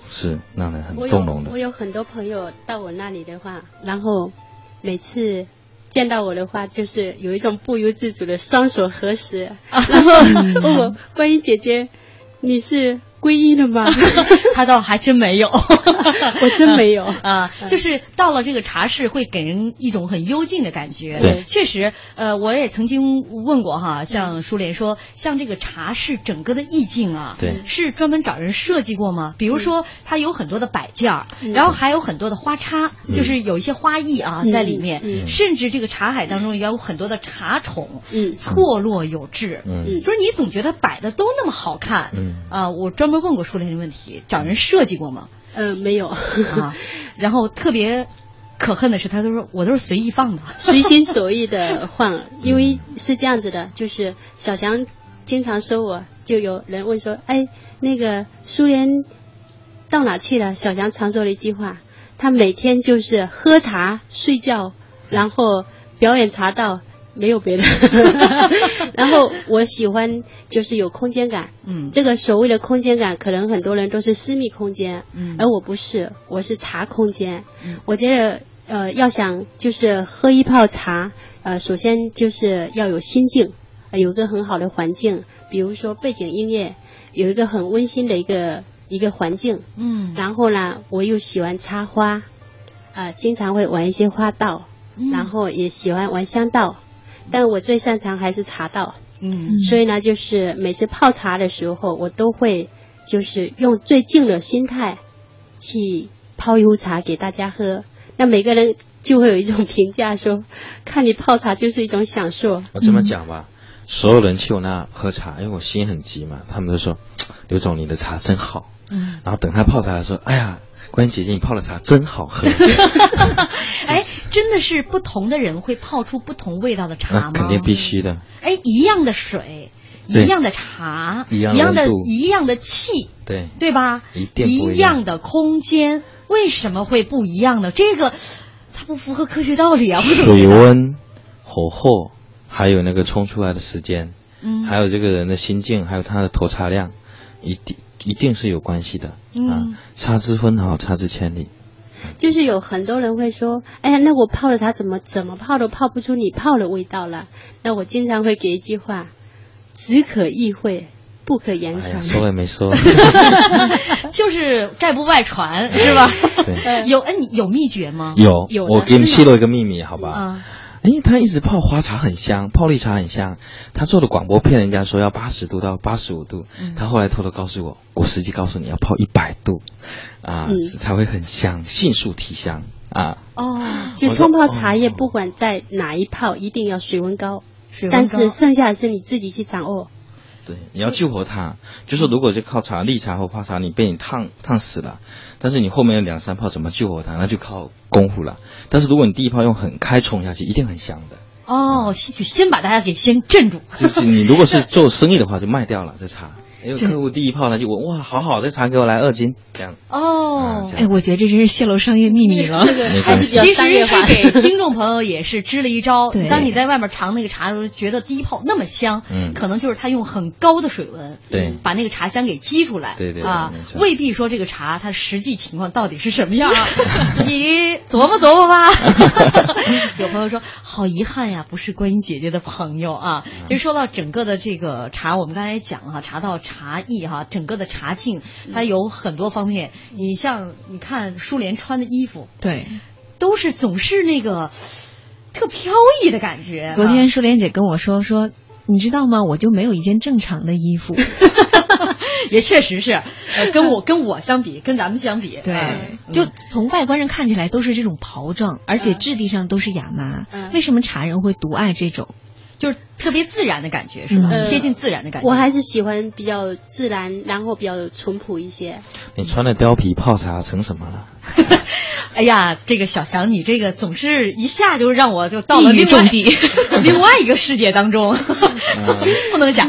是让人很我有动容的我。有很多朋友到我那里的话，然后每次见到我的话，就是有一种不由自主的双手合十，然后问我观音姐姐，你是皈依了吗？ 他倒还真没有， 我真没有啊，就是到了这个茶室会给人一种很幽静的感觉。 对， 确实，呃，我也曾经问过哈，像舒莲说，像这个茶室整个的意境啊， 对， 是专门找人设计过吗？比如说，它有很多的摆件儿，然后还有很多的花插，就是有一些花艺啊在里面，甚至这个茶海当中也有很多的茶宠， 嗯， 错落有致， 嗯， 就是你总觉得摆的都那么好看， 嗯啊，我专门问过舒莲这个问题，找人设计过吗？ 呃，没有啊，然后特别可恨的是，他都说我都是随意放的， 随心所欲的放，因为是这样子的，就是小翔经常说我，就有人问说，哎，那个苏莲到哪去了？小翔常说的一句话，他每天就是喝茶、睡觉，然后表演茶道。没有别的，然后我喜欢就是有空间感， 嗯， 这个所谓的空间感，可能很多人都是私密空间， 嗯， 而我不是，我是茶空间， 嗯， 我觉得呃要想就是喝一泡茶，呃首先就是要有心境，呃、有一个很好的环境，比如说背景音乐，有一个很温馨的一个一个环境， 嗯， 然后呢我又喜欢插花，呃经常会玩一些花道， 嗯， 然后也喜欢玩香道。但我最擅长还是茶道， 嗯， 所以呢，就是每次泡茶的时候，我都会就是用最静的心态去泡一壶茶给大家喝。那每个人就会有一种评价说，看你泡茶就是一种享受。 我这么讲吧，嗯、所有人去我那喝茶，因为我心很急嘛，他们都说刘总你的茶真好，嗯，然后等他泡茶的时候，哎呀。观音姐姐，你泡的茶真好喝。 哎，真的是不同的人会泡出不同味道的茶吗？ 肯定必须的。 哎，一样的水，一样的茶， 一样的一样的一样的气， 对对吧？ 一定不一样。 一样的空间，为什么会不一样呢？这个它不符合科学道理啊！ 水温、火候，还有那个冲出来的时间， 嗯， 还有这个人的心境，还有他的投茶量，一定。一定是有关系的， 嗯、 啊，差之分毫，差之千里。 就是有很多人会说，哎呀，那我泡的茶怎么怎么泡都泡不出你泡的味道了。那我经常会给一句话，只可意会，不可言传。 哎、说了没说？ 就是概不外传，是吧？ 对， 有哎，你有秘诀吗？ 有， 有我给你泄露一个秘密，好吧？ 啊。 哎，他一直泡花茶很香，泡绿茶很香。他做的广播骗人家说要八十度到八十五度，嗯、他后来偷偷告诉我，我实际告诉你要泡一百度，啊，嗯、才会很香，迅速提香啊。 哦，就冲泡茶叶，不管在哪一泡，一定要水温高， 水温高但是剩下的是你自己去掌握。 对，你要救活它。就说如果就靠茶、绿茶或泡茶，你被你烫烫死了，但是你后面有两三泡怎么救活它，那就靠功夫了。但是如果你第一泡用很开冲下去，一定很香的。 哦，就先把大家给先镇住。 就是你如果是做生意的话，就卖掉了这茶。因为客户第一泡呢就闻哇，好好，这茶给我来二斤这样。 哦， 哎，我觉得这真是泄露商业秘密了。 这个还是比较商业化。 其实是给听众朋友也是支了一招。 对， 当你在外面尝那个茶的时候，觉得第一泡那么香， 嗯， 可能就是他用很高的水温， 对， 把那个茶香给激出来。 对对啊，未必说这个茶它实际情况到底是什么样，自己琢磨琢磨吧。有朋友说，好遗憾呀，不是观音姐姐的朋友啊。其实说到整个的这个茶，我们刚才讲哈，茶道茶艺哈。整个的茶境，它有很多方面。你像你看舒莲穿的衣服， 对， 都是总是那个特飘逸的感觉。 昨天舒莲姐跟我说说，你知道吗？我就没有一件正常的衣服。 也确实是，呃，跟我跟我相比，跟咱们相比， 对， 嗯、 就从外观上看起来都是这种袍状，而且质地上都是亚麻。 嗯、 为什么茶人会独爱这种？ 就是特别自然的感觉，是吧？ 嗯、 贴近自然的感觉。 我还是喜欢比较自然，然后比较淳朴一些。 你穿的貂皮泡茶成什么了？ 哎呀，这个小翔，你这个总是一下就让我就到了另外地域重地另外一个世界当中，不能讲。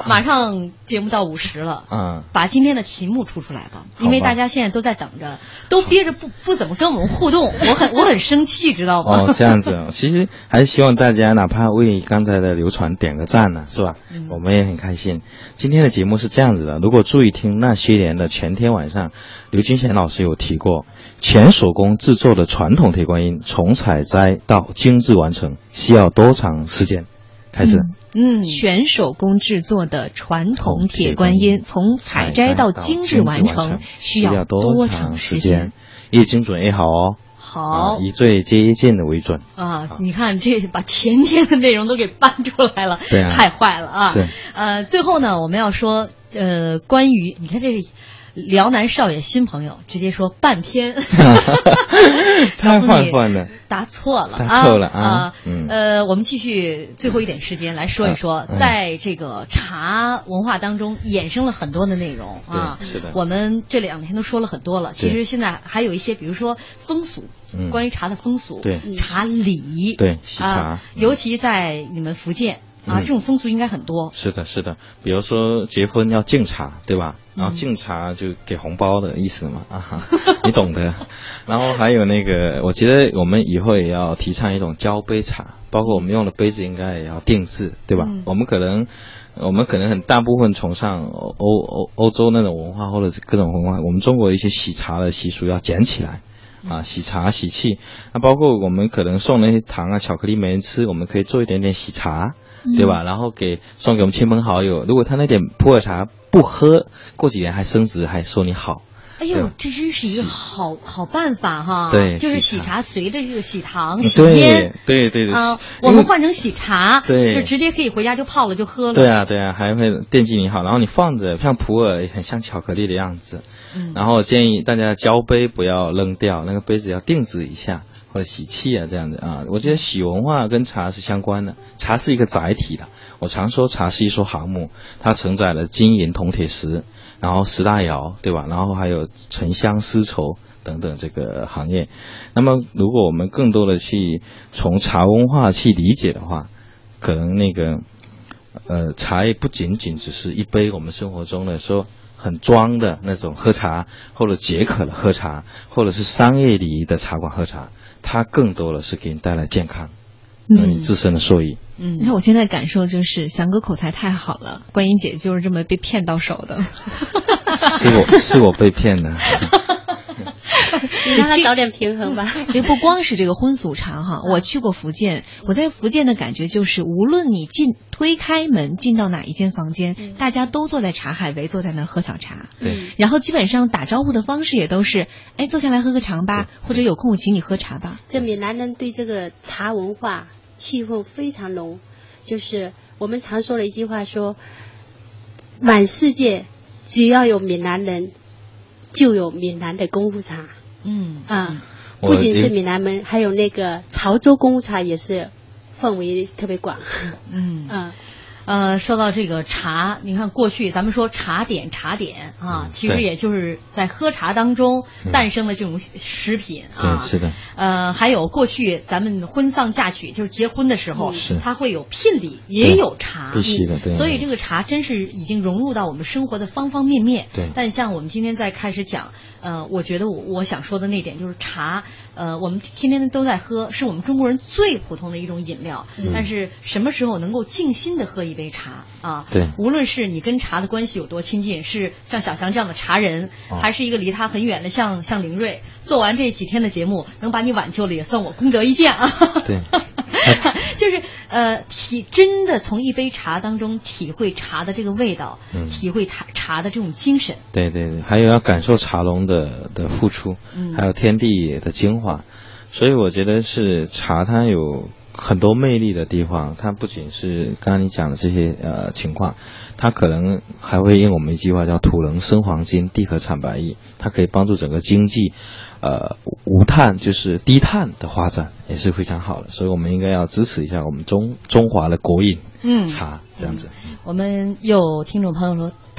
马上节目到五十了， 嗯， 把今天的题目出出来吧，因为大家现在都在等着，都憋着不不怎么跟我们互动，我很我很生气，知道吗？ 哦，这样子，其实还是希望大家哪怕为刚才的流传点个赞呢，是吧？嗯，我们也很开心。今天的节目是这样子的，如果注意听那些年的前天晚上，刘金贤老师有提过，全手工制作的传统铁观音从采摘到精致完成需要多长时间？开始。 嗯，全手工制作的传统铁观音从采摘到精致完成需要多长时间？ 越精准越好哦。 好， 啊、以最接近的为准啊！你看，这把前天的内容都给搬出来了， 对啊， 太坏了啊！ 是， 呃，最后呢，我们要说，呃，关于你看这辽南少爷新朋友，直接说半天， 太换换了， 答错了， 答错了啊！ 啊嗯、呃，我们继续最后一点时间来说一说， 嗯、 在这个茶文化当中衍生了很多的内容啊。 是的， 我们这两天都说了很多了，其实现在还有一些，比如说风俗。 嗯、 关于茶的风俗， 对茶礼， 对喜茶、 啊，尤其在你们福建啊， 嗯、 这种风俗应该很多。 是的，是的，比如说结婚要敬茶，对吧？然后敬茶就给红包的意思嘛，嗯、啊，你懂的。然后还有那个，我觉得我们以后也要提倡一种交杯茶，包括我们用的杯子应该也要定制，对吧？嗯、我们可能。我们可能很大部分崇尚欧欧欧洲那种文化或者是各种文化，我们中国一些喜茶的习俗要捡起来。啊，喜茶喜气，那包括我们可能送那些糖啊、巧克力没人吃，我们可以做一点点喜茶，嗯、对吧？然后给送给我们亲朋好友，如果他那点普洱茶不喝，过几年还升值，还说你好。 哎呦，这真是一个好好办法哈！ 对， 就是喜茶随着这个喜糖、喜烟， 对对对啊，我们换成喜茶， 对， 就直接可以回家就泡了就喝了。 对啊对啊，还会惦记你好，然后你放着像普洱也很像巧克力的样子。嗯，然后建议大家交杯不要扔掉，那个杯子要定制一下或者喜气啊这样的啊。我觉得喜文化跟茶是相关的，茶是一个载体的。我常说茶是一艘航母，它承载了金银铜铁石。然后十大窑，对吧？然后还有沉香丝绸等等这个行业。那么如果我们更多的去从茶文化去理解的话，可能那个呃茶叶不仅仅只是一杯我们生活中的说很装的那种喝茶，或者解渴的喝茶，或者是商业礼仪的茶馆喝茶，它更多的是给你带来健康。嗯，自身的受益。 嗯，那我现在感受就是翔哥口才太好了，观音姐就是这么被骗到手的。 是我是我被骗的。 你让他找点平衡吧。 这不光是这个荤俗茶哈，我去过福建，我在福建的感觉就是，无论你进推开门进到哪一间房间，嗯、大家都坐在茶海围，坐在那儿喝小茶。 对。 然后基本上打招呼的方式也都是，哎，坐下来喝个茶吧，或者有空我请你喝茶吧。 这闽南人对这个茶文化气氛非常浓，就是我们常说的一句话说，满世界只要有闽南人，就有闽南的功夫茶。嗯啊，不仅是闽南人，还有那个潮州功夫茶也是范围特别广。 嗯嗯。呃，说到这个茶，你看过去咱们说茶点茶点啊，其实也就是在喝茶当中诞生的这种食品啊。 对，是的。 呃，还有过去咱们婚丧嫁娶，就是结婚的时候， 是它会有聘礼，也有茶。 必须的，对。 所以这个茶真是已经融入到我们生活的方方面面。 对。 但像我们今天在开始讲，呃，我觉得我我想说的那点就是茶，呃，我们天天都在喝，是我们中国人最普通的一种饮料。嗯。但是什么时候能够静心的喝一杯茶啊？ 对， 无论是你跟茶的关系有多亲近，是像小翔这样的茶人，哦、还是一个离他很远的像像凌瑞，做完这几天的节目，能把你挽救了，也算我功德一件啊。 对， 就是呃，体真的从一杯茶当中体会茶的这个味道，嗯、体会茶茶的这种精神。 对对对，还有要感受茶农的的付出，嗯、还有天地的精华，所以我觉得是茶它有很多魅力的地方，它不仅是刚刚你讲的这些呃情况，它可能还会应我们一句话叫土能生黄金，地可产白玉，它可以帮助整个经济呃无碳就是低碳的发展，也是非常好的，所以我们应该要支持一下我们中中华的国饮嗯茶这样子。 我们有听众朋友说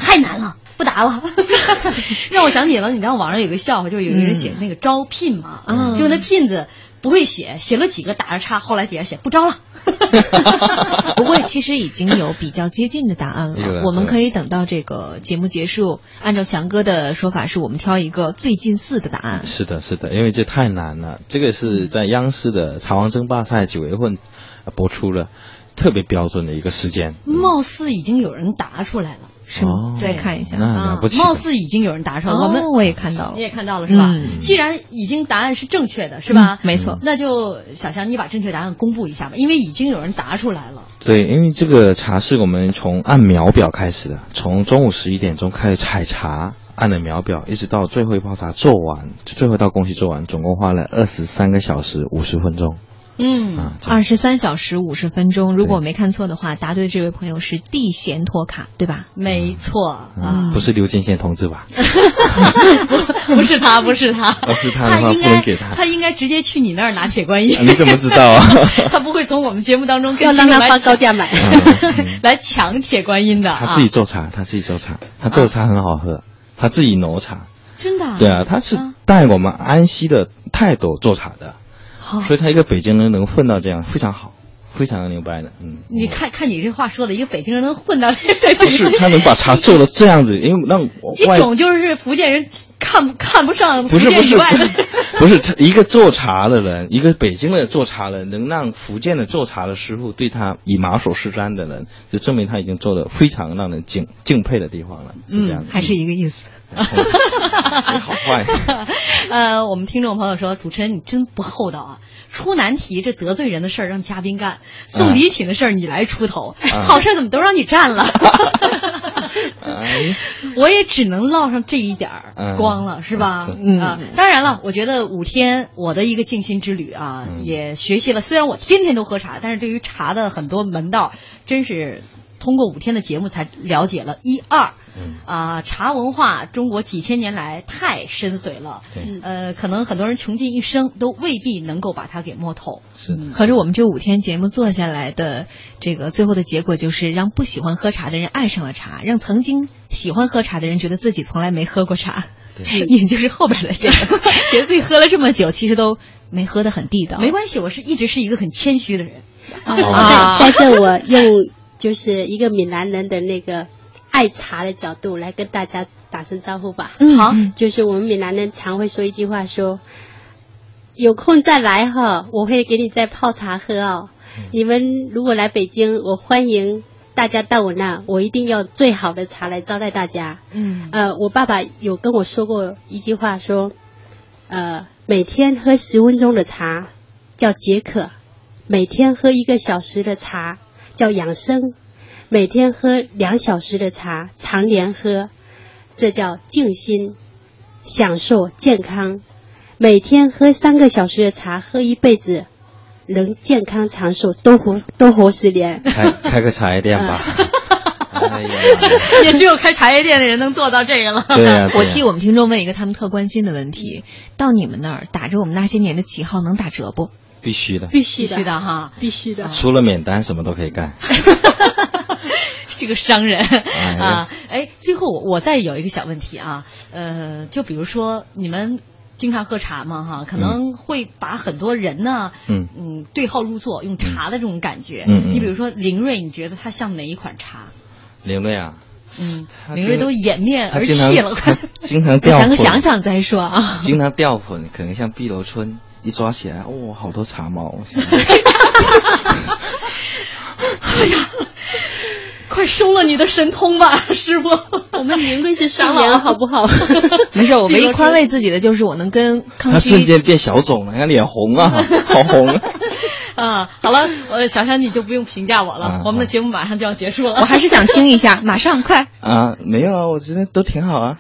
太难了，不答了。让我想起了，你知道网上有个笑话，就是有人写那个招聘嘛， 嗯， 就那聘字不会写，写了几个打着叉，后来底下写不招了。 不过其实已经有比较接近的答案了，我们可以等到这个节目结束，按照翔哥的说法，是我们挑一个最近似的答案。 是的，是的，因为这太难了。这个是在央视的茶王争霸赛九月份播出了，特别标准的一个时间。 貌似已经有人答出来了。 是吗？哦、再看一下， 那了不起、 啊。貌似已经有人答出来了， 哦、 我们我也看到了， 你也看到了是吧？ 嗯、 既然已经答案是正确的，是吧？ 嗯、没错。 那就小翔，你把正确答案公布一下吧，因为已经有人答出来了。 对，因为这个茶是我们从按秒表开始的，从中午十一点钟开始采茶，按了秒表，一直到最后一泡茶做完，最后一道工序做完，总共花了二十三个小时五十分钟。 嗯， 二十三小时五十分钟，如果我没看错的话，答对这位朋友是地贤托卡，对吧？ 没错啊、 嗯，不是刘金贤同志吧？ 不, 不是他，不是他， 要是他的话不能给他， 他应该直接去你那儿拿铁观音。 啊、你怎么知道啊？ 他不会从我们节目当中要让他花高价买， 来抢铁观音的。 他自己做茶，他自己做茶，他做的茶很好喝，他自己挪茶。 真的、啊？ 对啊，他是带我们安溪的泰斗做茶的。所以他一个北京人能混到这样非常好，非常的牛掰的。嗯， 你看看你这话说的，一个北京人能混到不是他能把茶做的这样子，因为让我一种就是福建人看看不上福建以外的， 不是他一个做茶的人，一个北京的做茶人，能让福建的做茶的师傅对他以马首是瞻的人，就证明他已经做的非常让人敬敬佩的地方了，是这样的。 嗯，还是一个意思。 你好坏。 呃，我们听众朋友说，主持人你真不厚道啊！出难题这得罪人的事儿让嘉宾干，送礼品的事儿你来出头，啊、好事怎么都让你占了？我也只能落上这一点儿光了，嗯、是吧？ 嗯啊，当然了，我觉得五天我的一个静心之旅啊，嗯、也学习了。虽然我天天都喝茶，但是对于茶的很多门道，真是通过五天的节目才了解了一二。啊、呃，茶文化中国几千年来太深邃了，呃，可能很多人穷尽一生都未必能够把它给摸透。 是， 合着我们这五天节目做下来的这个最后的结果，就是让不喜欢喝茶的人爱上了茶，让曾经喜欢喝茶的人觉得自己从来没喝过茶，也就是后边的这个，觉得自己喝了这么久，其实都没喝得很地道。 没关系，我是一直是一个很谦虚的人。 啊，在这我用就是一个闽南人的那个。爱茶的角度来跟大家打声招呼吧。 嗯，好， 就是我们闽南人常会说一句话说，有空再来哈，我会给你再泡茶喝哦。嗯、你们如果来北京，我欢迎大家到我那，我一定要最好的茶来招待大家。 嗯， 呃，我爸爸有跟我说过一句话说，呃，每天喝十分钟的茶叫解渴，每天喝一个小时的茶叫养生。每天喝两小时的茶，常年喝，这叫静心，享受健康。每天喝三个小时的茶，喝一辈子，能健康长寿，多活多活十年。 开开个茶叶店吧。哎呀， 也只有开茶叶店的人能做到这个了。 对呀、啊， 我替我们听众问一个他们特关心的问题：到你们那儿打着我们那些年的旗号，能打折不？ 必须的， 必须的， 必须的哈， 必须的。 除了免单，什么都可以干。 这个商人啊，哎，最后我我再有一个小问题啊，呃，就比如说你们经常喝茶嘛哈，可能会把很多人呢，嗯嗯，对号入座，用茶的这种感觉。 嗯嗯。 你比如说林瑞，你觉得他像哪一款茶？ 林瑞啊， 嗯，林瑞都掩面而泣了，快。 经常掉粉。 想想再说啊。 经常掉粉，可能像碧螺春，一抓起来，哦，好多茶毛。 哎呀！快收了你的神通吧，师傅！ 我们林瑞是素颜，好不好？ 没事，我唯一宽慰自己的就是我能跟康熙。 他瞬间变小肿了，他脸红啊，好红啊！ 啊，好了，呃，小山你就不用评价我了，啊、我们的节目马上就要结束了。 我还是想听一下，马上快啊！没有啊，我觉得都挺好啊。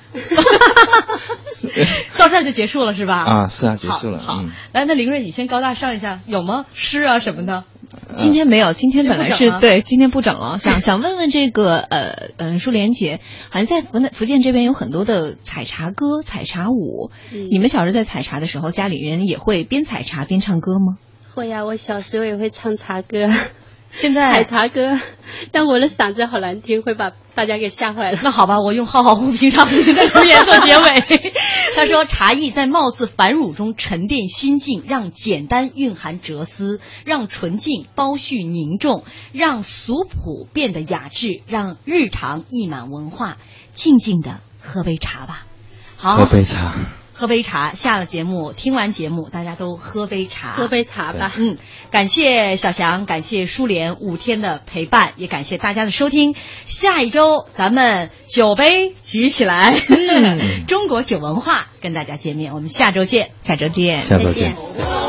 到这儿就结束了是吧？ 啊，是啊，结束了。 好，好嗯、 来，那林瑞你先高大上一下，有吗？诗啊什么的？ 今天没有，今天本来是、 啊、 对，今天不整了。想想问问这个呃嗯，淑莲姐，好像在福福建这边有很多的采茶歌、采茶舞。嗯、你们小时候在采茶的时候，家里人也会边采茶边唱歌吗？ 会呀、啊，我小时候也会唱茶歌。 现在采茶歌， 但我的嗓子好难听，会把大家给吓坏了。 那好吧，我用浩浩乎平常您的留言做结尾。他说，茶艺在貌似繁缛中沉淀心境，让简单蕴含哲思，让纯净包蓄凝重，让俗朴变得雅致，让日常溢满文化。静静的喝杯茶吧。好， 喝杯茶。 喝杯茶，下了节目，听完节目，大家都喝杯茶， 喝杯茶吧。 嗯，感谢小翔，感谢舒莲五天的陪伴，也感谢大家的收听。下一周咱们酒杯举起来，嗯、中国酒文化跟大家见面，我们下周见， 下周见， 下周见。 再见。